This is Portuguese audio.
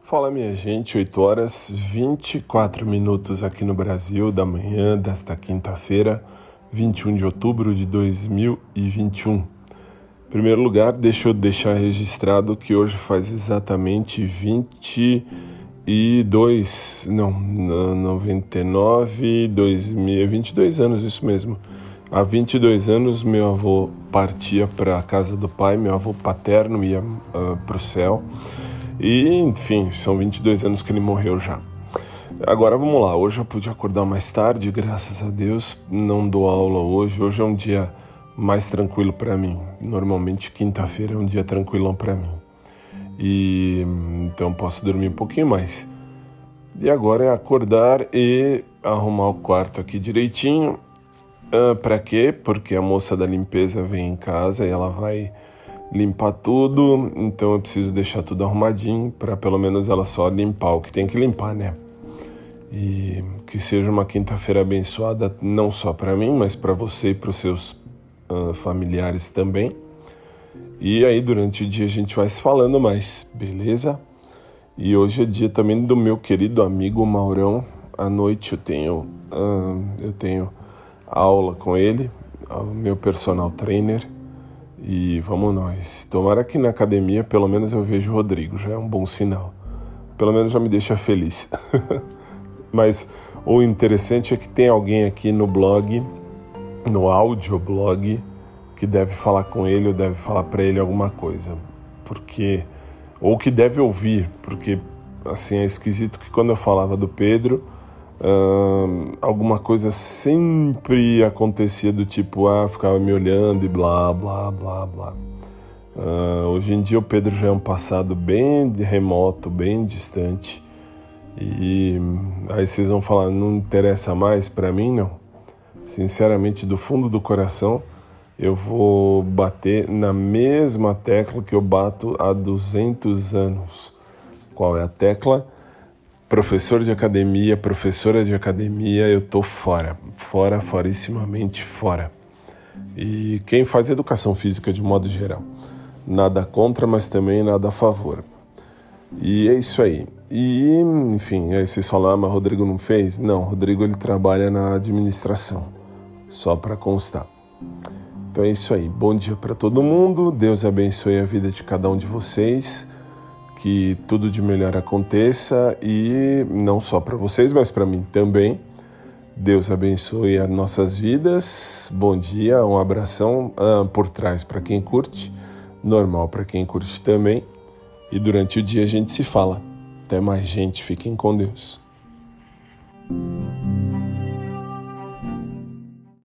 Fala minha gente, 8 horas 24 minutos aqui no Brasil, da manhã desta quinta-feira, 21 de outubro de 2021. Em primeiro lugar, deixa eu deixar registrado que hoje faz exatamente 22 anos, isso mesmo. Há 22 anos meu avô partia para a casa do pai, meu avô paterno ia para o céu. E, enfim, são 22 anos que ele morreu já. Agora vamos lá, hoje eu pude acordar mais tarde, graças a Deus, não dou aula hoje é um dia mais tranquilo para mim. Normalmente quinta-feira é um dia tranquilão para mim. E então posso dormir um pouquinho mais. E agora é acordar e arrumar o quarto aqui direitinho. Para quê? Porque a moça da limpeza vem em casa e ela vai limpar tudo, então eu preciso deixar tudo arrumadinho para pelo menos ela só limpar o que tem que limpar, né? E que seja uma quinta-feira abençoada não só para mim, mas para você e para os seus familiares também. E aí durante o dia a gente vai se falando mais, beleza? E hoje é dia também do meu querido amigo Maurão. À noite eu tenho aula com ele, o meu personal trainer. E vamos nós. Tomara que na academia pelo menos eu vejo o Rodrigo, já é um bom sinal. Pelo menos já me deixa feliz. Mas o interessante é que tem alguém aqui no blog, no audioblog, que deve falar com ele ou deve falar para ele alguma coisa. Ou que deve ouvir, porque assim é esquisito que quando eu falava do Pedro, alguma coisa sempre acontecia do tipo, ficava me olhando e blá, blá, blá, blá. Hoje em dia o Pedro já é um passado bem remoto, bem distante. E aí vocês vão falar, não interessa mais pra mim, não. Sinceramente, do fundo do coração, eu vou bater na mesma tecla que eu bato há 200 anos. Qual é a tecla? Professor de academia, professora de academia, eu tô forissimamente fora. E quem faz educação física de modo geral, nada contra, mas também nada a favor. E é isso aí. E, enfim, aí vocês falam, mas Rodrigo não fez? Não, Rodrigo ele trabalha na administração, só para constar. Então é isso aí, bom dia para todo mundo, Deus abençoe a vida de cada um de vocês. Que tudo de melhor aconteça e não só para vocês, mas para mim também. Deus abençoe as nossas vidas. Bom dia, um abração por trás para quem curte, normal para quem curte também. E durante o dia a gente se fala. Até mais, gente. Fiquem com Deus.